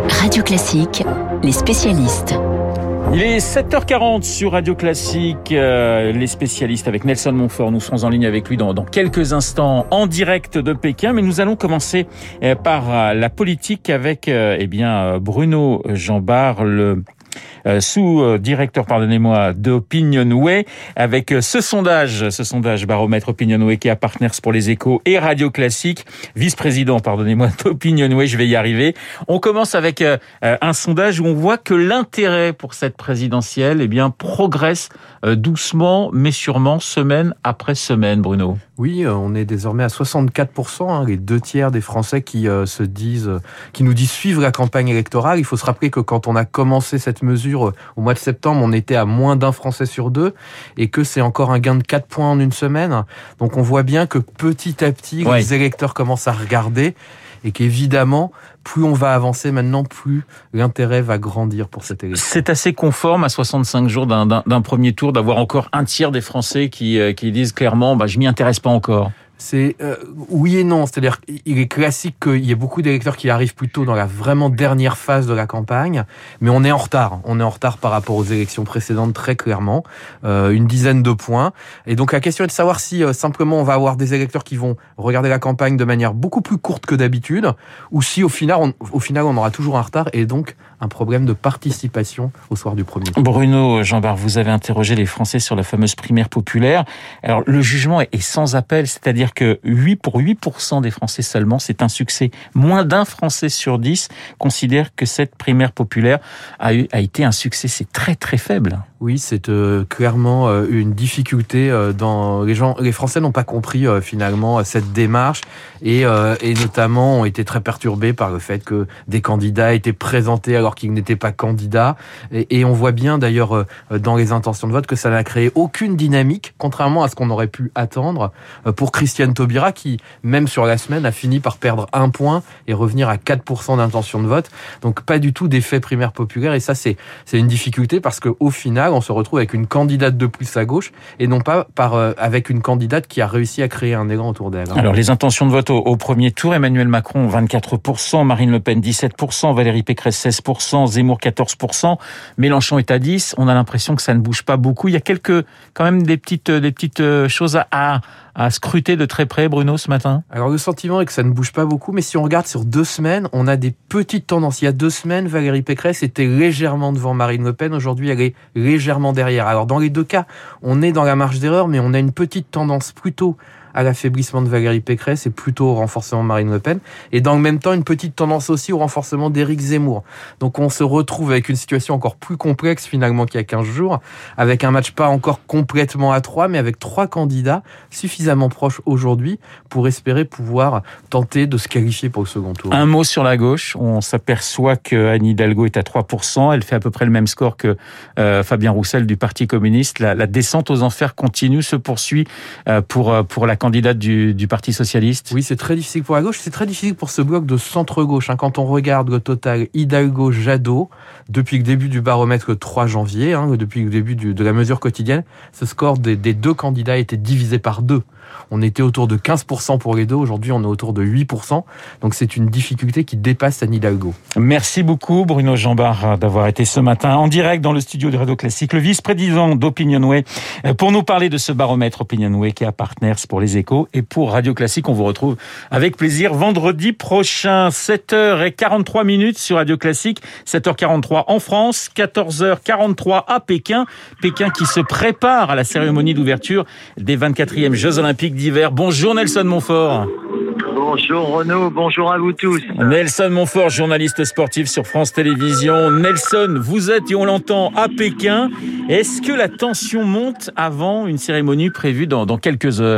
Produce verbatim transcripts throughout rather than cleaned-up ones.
Radio Classique, les spécialistes. Il est sept heures quarante sur Radio Classique, euh, les spécialistes avec Nelson Montfort. Nous serons en ligne avec lui dans, dans quelques instants en direct de Pékin. Mais nous allons commencer euh, par euh, la politique avec euh, eh bien Bruno Jambard, le Euh, sous-directeur, pardonnez-moi, d'Opinionway, avec euh, ce sondage, ce sondage baromètre Opinionway qui a Partners pour les Échos et Radio Classique, vice-président, pardonnez-moi, d'Opinionway, je vais y arriver. On commence avec euh, un sondage où on voit que l'intérêt pour cette présidentielle, eh bien, progresse euh, doucement, mais sûrement, semaine après semaine, Bruno. Oui, on est désormais à soixante-quatre pour cent, hein, les deux tiers des Français qui euh, se disent, qui nous disent suivre la campagne électorale. Il faut se rappeler que quand on a commencé cette mesure euh, au mois de septembre, on était à moins d'un Français sur deux et que c'est encore un gain de quatre points en une semaine. Donc on voit bien que petit à petit, ouais. les électeurs commencent à regarder et qu'évidemment, plus on va avancer maintenant, plus l'intérêt va grandir pour cette élection. C'est assez conforme à soixante-cinq jours d'un, d'un, d'un premier tour d'avoir encore un tiers des Français qui, qui disent clairement bah, « je m'y intéresse pas encore ». C'est euh, oui et non, c'est-à-dire il est classique qu'il y ait beaucoup d'électeurs qui arrivent plutôt dans la vraiment dernière phase de la campagne, mais on est en retard, on est en retard par rapport aux élections précédentes très clairement, euh, une dizaine de points. Et donc la question est de savoir si euh, simplement on va avoir des électeurs qui vont regarder la campagne de manière beaucoup plus courte que d'habitude, ou si au final on, au final on aura toujours un retard et donc un problème de participation au soir du premier tour. Bruno Jambard, vous avez interrogé les Français sur la fameuse primaire populaire. Alors le jugement est sans appel, c'est-à-dire que huit pour huit pour cent des Français seulement, c'est un succès. Moins d'un Français sur dix considère que cette primaire populaire a, eu, a été un succès. C'est très très faible. Oui, c'est euh, clairement euh, une difficulté. Euh, dans les gens, les Français n'ont pas compris euh, finalement cette démarche et, euh, et notamment ont été très perturbés par le fait que des candidats étaient présentés alors qu'ils n'étaient pas candidats. Et, et on voit bien d'ailleurs euh, dans les intentions de vote que ça n'a créé aucune dynamique, contrairement à ce qu'on aurait pu attendre euh, pour Christiane Taubira qui, même sur la semaine, a fini par perdre un point et revenir à quatre pour cent d'intention de vote. Donc pas du tout d'effet primaire populaire et ça c'est c'est une difficulté parce que au final on se retrouve avec une candidate de plus à gauche et non pas par euh, avec une candidate qui a réussi à créer un élan autour d'elle. Alors les intentions de vote au, au premier tour, Emmanuel Macron vingt-quatre pour cent, Marine Le Pen dix-sept pour cent, Valérie Pécresse seize pour cent, Zemmour quatorze pour cent, Mélenchon est à dix pour cent. On a l'impression que ça ne bouge pas beaucoup. Il y a quelques quand même des petites des petites choses à, à à scruter de très près, Bruno, ce matin? Alors le sentiment est que ça ne bouge pas beaucoup, mais si on regarde sur deux semaines, on a des petites tendances. Il y a deux semaines, Valérie Pécresse était légèrement devant Marine Le Pen. Aujourd'hui, elle est légèrement derrière. Alors dans les deux cas, on est dans la marge d'erreur, mais on a une petite tendance plutôt à l'affaiblissement de Valérie Pécresse et plutôt au renforcement de Marine Le Pen. Et dans le même temps, une petite tendance aussi au renforcement d'Éric Zemmour. Donc on se retrouve avec une situation encore plus complexe finalement qu'il y a quinze jours, avec un match pas encore complètement à trois, mais avec trois candidats suffisamment proches aujourd'hui pour espérer pouvoir tenter de se qualifier pour le second tour. Un mot sur la gauche, on s'aperçoit que Anne Hidalgo est à trois pour cent, elle fait à peu près le même score que euh, Fabien Roussel du Parti communiste. La, la descente aux enfers continue, se poursuit euh, pour, pour la candidate du, du Parti socialiste. Oui, c'est très difficile pour la gauche, c'est très difficile pour ce bloc de centre-gauche. Hein. Quand on regarde le total Hidalgo-Jadot, depuis le début du baromètre le trois janvier, hein, depuis le début du, de la mesure quotidienne, ce score des, des deux candidats était divisé par deux. On était autour de quinze pour cent pour les deux, aujourd'hui on est autour de huit pour cent. Donc c'est une difficulté qui dépasse Anne Hidalgo. Merci beaucoup Bruno Jambard d'avoir été ce matin en direct dans le studio de Radio Classique, le vice-président d'Opinionway, pour nous parler de ce baromètre Opinionway qui a Partners pour les Échos et pour Radio Classique. On vous retrouve avec plaisir vendredi prochain, sept heures quarante-trois minutes sur Radio Classique, sept heures quarante-trois en France, quatorze heures quarante-trois à Pékin. Pékin qui se prépare à la cérémonie d'ouverture des vingt-quatrièmes Jeux Olympiques d'hiver. Bonjour Nelson Montfort. Bonjour Renaud, bonjour à vous tous. Nelson Montfort, journaliste sportif sur France Télévisions. Nelson, vous êtes, et on l'entend, à Pékin. Est-ce que la tension monte avant une cérémonie prévue dans, dans quelques heures ?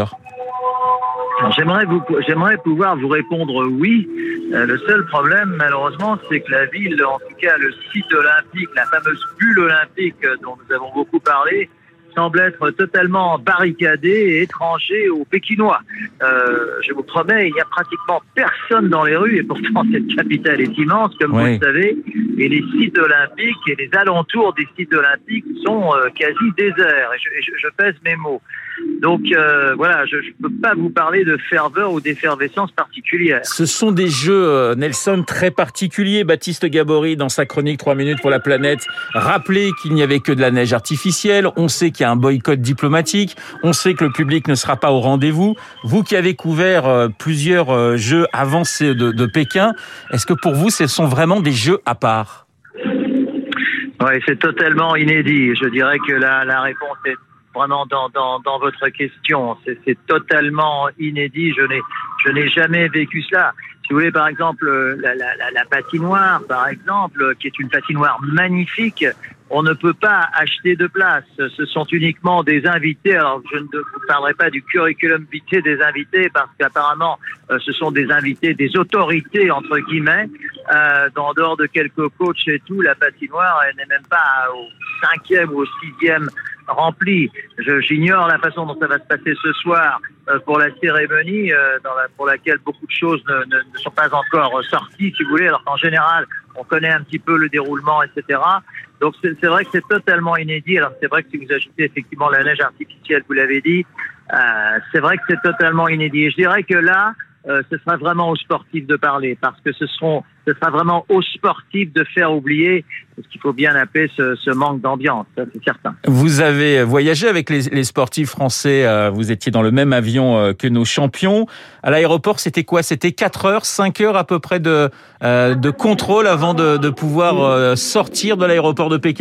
J'aimerais, vous, j'aimerais pouvoir vous répondre oui. Euh, le seul problème, malheureusement, c'est que la ville, en tout cas le site olympique, la fameuse bulle olympique dont nous avons beaucoup parlé, semble être totalement barricadé et étranger aux Pékinois. Euh, je vous promets, il n'y a pratiquement personne dans les rues et pourtant cette capitale est immense, comme oui. vous le savez. et les sites olympiques et les alentours des sites olympiques sont euh, quasi déserts. Et je, et je, je pèse mes mots. Donc euh, voilà, je ne peux pas vous parler de ferveur ou d'effervescence particulière. Ce sont des jeux, Nelson, très particuliers. Baptiste Gabory, dans sa chronique trois minutes pour la planète, rappelait qu'il n'y avait que de la neige artificielle. On sait qu'il y a un boycott diplomatique. On sait que le public ne sera pas au rendez-vous. Vous qui avez couvert plusieurs jeux avancés de, de Pékin, est-ce que pour vous, ce sont vraiment des jeux à part ? Oui, c'est totalement inédit. Je dirais que la, la réponse est vraiment dans, dans, dans votre question. C'est, c'est totalement inédit. Je n'ai, je n'ai jamais vécu cela. Si vous voulez, par exemple, la, la, la, la patinoire, par exemple, qui est une patinoire magnifique, on ne peut pas acheter de place. Ce sont uniquement des invités. Alors, je ne vous parlerai pas du curriculum vitae des invités parce qu'apparemment, euh, ce sont des invités, des autorités, entre guillemets. Euh, en dehors de quelques coachs et tout, la patinoire, elle n'est même pas au cinquième ou au sixième remplie. Je, j'ignore la façon dont ça va se passer ce soir euh, pour la cérémonie, euh, dans la, pour laquelle beaucoup de choses ne, ne, ne sont pas encore sorties, si vous voulez, alors qu'en général, on connaît un petit peu le déroulement, et cetera. Donc c'est, c'est vrai que c'est totalement inédit. Alors c'est vrai que si vous ajoutez effectivement la neige artificielle, vous l'avez dit, euh, c'est vrai que c'est totalement inédit. Et je dirais que là, euh, ce sera vraiment aux sportifs de parler, parce que ce seront, ce sera vraiment aux sportifs de faire oublier ce qu'il faut bien appeler ce, ce manque d'ambiance, ça c'est certain. Vous avez voyagé avec les, les sportifs français, euh, vous étiez dans le même avion euh, que nos champions. À l'aéroport, c'était quoi ? C'était quatre heures, cinq heures à peu près de, euh, de contrôle avant de, de pouvoir euh, sortir de l'aéroport de Pékin ?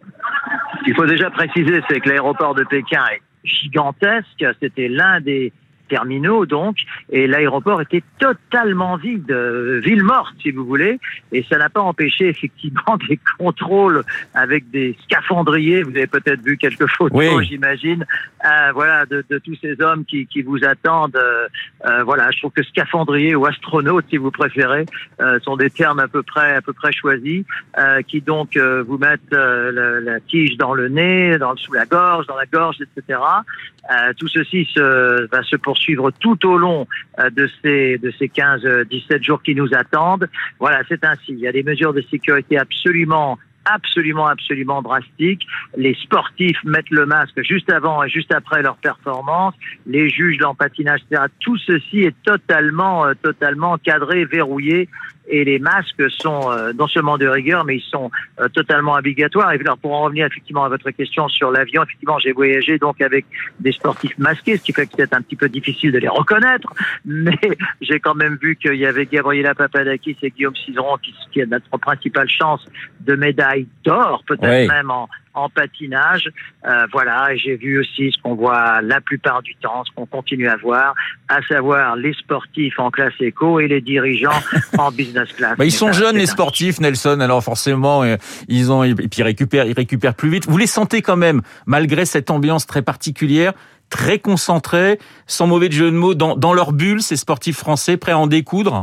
Ce qu'il faut déjà préciser, c'est que l'aéroport de Pékin est gigantesque. C'était l'un des terminaux, donc, et l'aéroport était totalement vide, euh, ville morte, si vous voulez, et ça n'a pas empêché, effectivement, des contrôles avec des scaphandriers. Vous avez peut-être vu quelques photos, oui. J'imagine, euh, voilà, de, de tous ces hommes qui, qui vous attendent. Euh, euh, voilà, je trouve que scaphandrier ou astronaute, si vous préférez, euh, sont des termes à peu près, à peu près choisis, euh, qui donc euh, vous mettent euh, la, la tige dans le nez, dans, sous la gorge, dans la gorge, et cetera. Euh, tout ceci se, va se poursuivre tout au long euh, de ces de ces quinze dix-sept jours qui nous attendent. Voilà, c'est ainsi. Il y a des mesures de sécurité absolument absolument, absolument drastiques. Les sportifs mettent le masque juste avant et juste après leur performance. Les juges dans le patinage, et cetera. Tout ceci est totalement, euh, totalement cadré, verrouillé. Et les masques sont euh, non seulement de rigueur, mais ils sont euh, totalement obligatoires. Et alors, pour en revenir effectivement à votre question sur l'avion, effectivement, j'ai voyagé donc avec des sportifs masqués, ce qui fait que c'est un petit peu difficile de les reconnaître. Mais j'ai quand même vu qu'il y avait Gabriela Papadakis et Guillaume Cizeron qui, qui a notre principale chance de médaille d'or, peut-être oui. même en en patinage, euh, voilà, et j'ai vu aussi ce qu'on voit la plupart du temps, ce qu'on continue à voir, à savoir les sportifs en classe éco et les dirigeants en business class. Bah, ils sont jeunes, les sportifs, Nelson, alors forcément, ils ont, et puis ils récupèrent, ils récupèrent plus vite. Vous les sentez quand même, malgré cette ambiance très particulière, très concentrés, sans mauvais jeu de mots, dans, dans leur bulle, ces sportifs français, prêts à en découdre?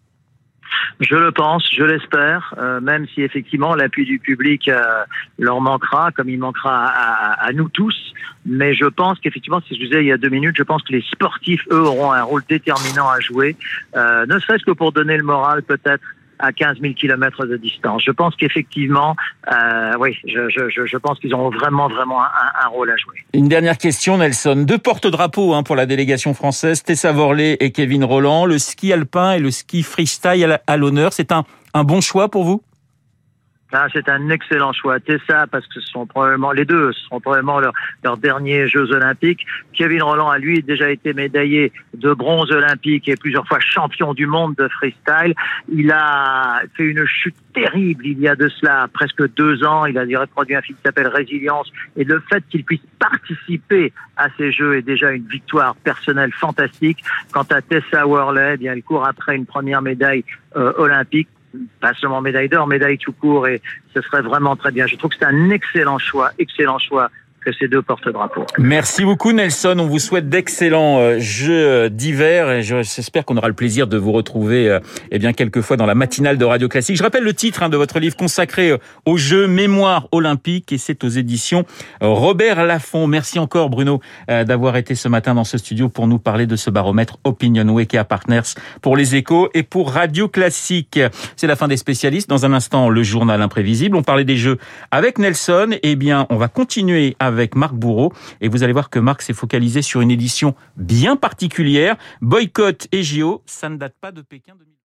Je le pense, je l'espère, euh, même si effectivement l'appui du public euh, leur manquera, comme il manquera à, à, à nous tous. Mais je pense qu'effectivement, si je vous disais il y a deux minutes, je pense que les sportifs, eux, auront un rôle déterminant à jouer, euh, ne serait-ce que pour donner le moral peut-être à quinze mille kilomètres de distance. Je pense qu'effectivement, euh, oui, je, je, je pense qu'ils auront vraiment, vraiment un, un rôle à jouer. Une dernière question, Nelson. Deux porte-drapeaux hein, pour la délégation française, Tessa Worley et Kevin Rolland. Le ski alpin et le ski freestyle à l'honneur. C'est un, un bon choix pour vous ? Ah, c'est un excellent choix. Tessa, parce que ce sont probablement les deux, ce sont probablement leurs leurs derniers Jeux Olympiques. Kevin Rolland a lui déjà été médaillé de bronze olympique et plusieurs fois champion du monde de freestyle. Il a fait une chute terrible il y a de cela presque deux ans. Il a produit un film qui s'appelle Résilience, et le fait qu'il puisse participer à ces Jeux est déjà une victoire personnelle fantastique. Quant à Tessa Worley, eh bien, elle court après une première médaille euh, olympique. Pas seulement médaille d'or, médaille tout court, et ce serait vraiment très bien. Je trouve que c'est un excellent choix, excellent choix que ces deux porte-drapeaux. Merci beaucoup Nelson, on vous souhaite d'excellents jeux d'hiver et j'espère qu'on aura le plaisir de vous retrouver eh bien quelquefois dans la matinale de Radio Classique. Je rappelle le titre hein, de votre livre consacré aux Jeux Mémoire olympique et c'est aux éditions Robert Laffont. Merci encore Bruno d'avoir été ce matin dans ce studio pour nous parler de ce baromètre Opinionway K Partners pour les Échos et pour Radio Classique. C'est la fin des spécialistes. Dans un instant, le journal imprévisible. On parlait des Jeux avec Nelson. Eh bien, on va continuer avec Marc Bourreau. Et vous allez voir que Marc s'est focalisé sur une édition bien particulière. Boycott et J O, ça ne date pas de Pékin deux mille